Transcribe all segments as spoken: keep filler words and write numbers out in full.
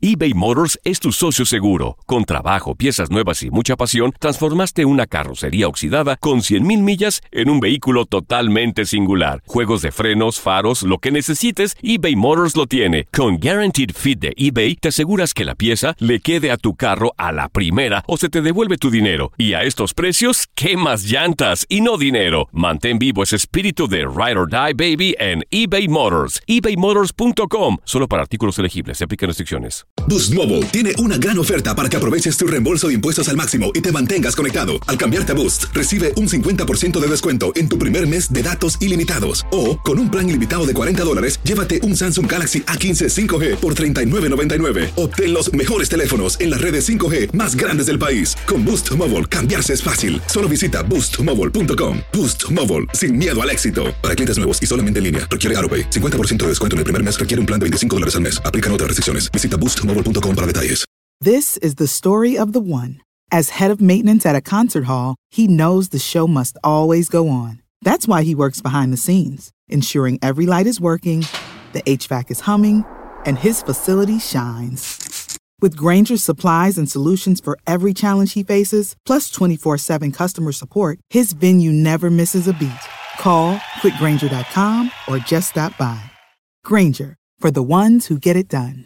eBay Motors es tu socio seguro. Con trabajo, piezas nuevas y mucha pasión, transformaste una carrocería oxidada con cien mil millas en un vehículo totalmente singular. Juegos de frenos, faros, lo que necesites, eBay Motors lo tiene. Con Guaranteed Fit de eBay, te aseguras que la pieza le quede a tu carro a la primera o se te devuelve tu dinero. Y a estos precios, ¿qué más llantas y no dinero? Mantén vivo ese espíritu de Ride or Die, baby, en eBay Motors. ebay motors punto com. Solo para artículos elegibles. Se aplican restricciones. Boost Mobile tiene una gran oferta para que aproveches tu reembolso de impuestos al máximo y te mantengas conectado. Al cambiarte a Boost, recibe un cincuenta por ciento de descuento en tu primer mes de datos ilimitados. O, con un plan ilimitado de cuarenta dólares, llévate un Samsung Galaxy A quince cinco G por treinta y nueve noventa y nueve. Obtén los mejores teléfonos en las redes cinco G más grandes del país. Con Boost Mobile, cambiarse es fácil. Solo visita boost mobile punto com. Boost Mobile, sin miedo al éxito. Para clientes nuevos y solamente en línea, requiere AutoPay. cincuenta por ciento de descuento en el primer mes, requiere un plan de veinticinco dólares al mes. Aplican otras restricciones. Visita boost mobile punto com para detalles. This is the story of the one. As head of maintenance at a concert hall, he knows the show must always go on. That's why he works behind the scenes, ensuring every light is working, the H V A C is humming, and his facility shines. With Grainger's supplies and solutions for every challenge he faces, plus twenty-four seven customer support, his venue never misses a beat. Call quick grainger dot com or just stop by. Grainger, for the ones who get it done.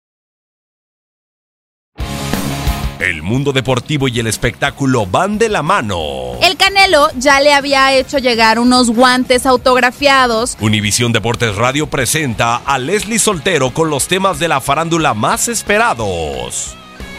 El mundo deportivo y el espectáculo van de la mano. El Canelo ya le había hecho llegar unos guantes autografiados. Univisión Deportes Radio presenta a Leslie Soltero con los temas de la farándula más esperados.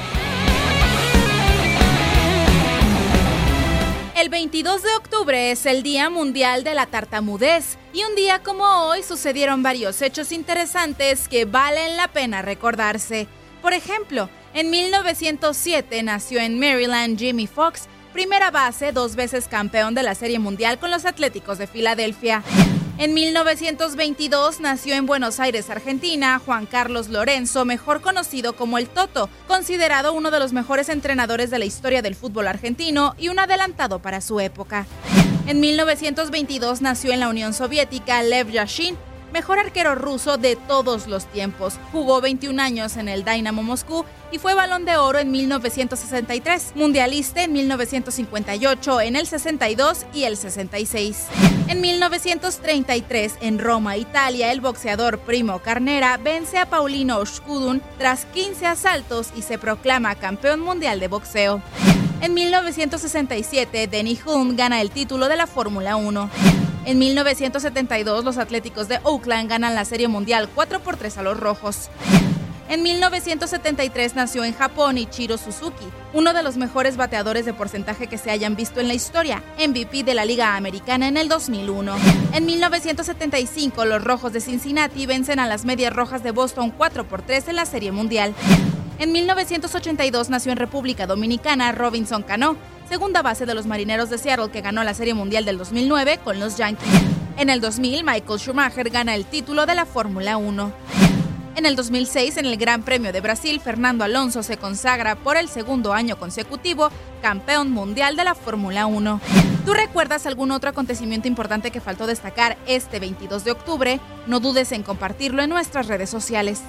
El veintidós de octubre es el Día Mundial de la Tartamudez y un día como hoy sucedieron varios hechos interesantes que valen la pena recordarse. Por ejemplo, en mil novecientos siete nació en Maryland Jimmy Fox, primera base, dos veces campeón de la Serie Mundial con los Atléticos de Filadelfia. En mil novecientos veintidós nació en Buenos Aires, Argentina, Juan Carlos Lorenzo, mejor conocido como el Toto, considerado uno de los mejores entrenadores de la historia del fútbol argentino y un adelantado para su época. En mil novecientos veintidós nació en la Unión Soviética Lev Yashin, mejor arquero ruso de todos los tiempos. Jugó veintiún años en el Dynamo Moscú y fue Balón de Oro en mil novecientos sesenta y tres, mundialista en mil novecientos cincuenta y ocho, en el sesenta y dos y el sesenta y seis. En mil novecientos treinta y tres, en Roma, Italia, el boxeador Primo Carnera vence a Paulino Oshkudun tras quince asaltos y se proclama campeón mundial de boxeo. En mil novecientos sesenta y siete, Denny Hulme gana el título de la Fórmula uno. En mil novecientos setenta y dos, los Atléticos de Oakland ganan la Serie Mundial cuatro por tres a los Rojos. En mil novecientos setenta y tres nació en Japón Ichiro Suzuki, uno de los mejores bateadores de porcentaje que se hayan visto en la historia, M V P de la Liga Americana en el dos mil uno. En mil novecientos setenta y cinco, los Rojos de Cincinnati vencen a las Medias Rojas de Boston cuatro por tres en la Serie Mundial. En mil novecientos ochenta y dos nació en República Dominicana Robinson Cano, segunda base de los Marineros de Seattle que ganó la Serie Mundial del dos mil nueve con los Yankees. En el dos mil, Michael Schumacher gana el título de la Fórmula uno. En el dos mil seis, en el Gran Premio de Brasil, Fernando Alonso se consagra por el segundo año consecutivo campeón mundial de la Fórmula uno. ¿Tú recuerdas algún otro acontecimiento importante que faltó destacar este veintidós de octubre? No dudes en compartirlo en nuestras redes sociales.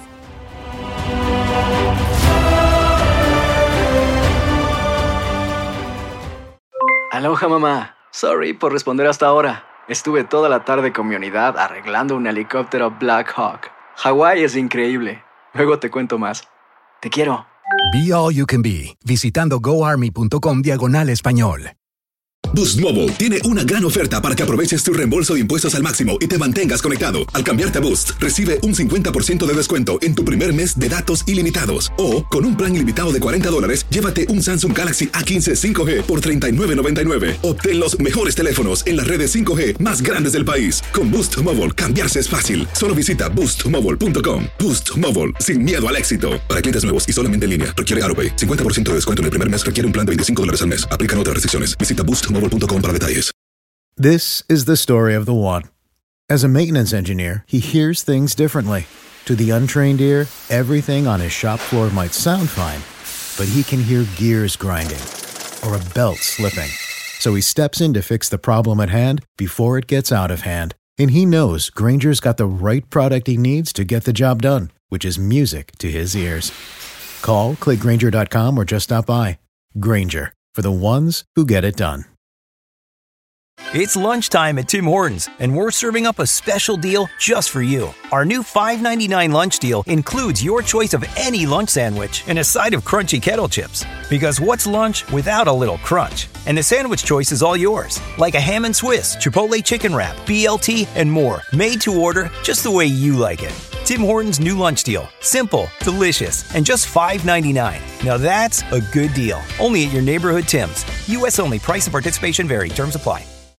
Aloha, mamá. Sorry por responder hasta ahora. Estuve toda la tarde con mi unidad arreglando un helicóptero Black Hawk. Hawái es increíble. Luego te cuento más. Te quiero. Be All You Can Be, visitando goarmy.com diagonal español. Boost Mobile tiene una gran oferta para que aproveches tu reembolso de impuestos al máximo y te mantengas conectado. Al cambiarte a Boost, recibe un cincuenta por ciento de descuento en tu primer mes de datos ilimitados. O, con un plan ilimitado de cuarenta dólares, llévate un Samsung Galaxy A quince cinco G por treinta y nueve noventa y nueve. Obtén los mejores teléfonos en las redes cinco G más grandes del país. Con Boost Mobile, cambiarse es fácil. Solo visita boost mobile punto com. Boost Mobile, sin miedo al éxito. Para clientes nuevos y solamente en línea, requiere AutoPay. cincuenta por ciento de descuento en el primer mes, requiere un plan de veinticinco dólares al mes. Aplican otras restricciones. Visita boost mobile punto com para detalles. This is the story of the one. As a maintenance engineer, he hears things differently. To the untrained ear, everything on his shop floor might sound fine, but he can hear gears grinding or a belt slipping. So he steps in to fix the problem at hand before it gets out of hand. And he knows Grainger's got the right product he needs to get the job done, which is music to his ears. Call, click Grainger dot com, or just stop by. Grainger, for the ones who get it done. It's lunchtime at Tim Hortons, and we're serving up a special deal just for you. Our new five ninety-nine lunch deal includes your choice of any lunch sandwich and a side of crunchy kettle chips. Because what's lunch without a little crunch? And the sandwich choice is all yours, like a ham and Swiss, Chipotle chicken wrap, B L T, and more, made to order just the way you like it. Tim Hortons' new lunch deal. Simple, delicious, and just five ninety-nine. Now that's a good deal. Only at your neighborhood Tim's. U S only. Price and participation vary. Terms apply.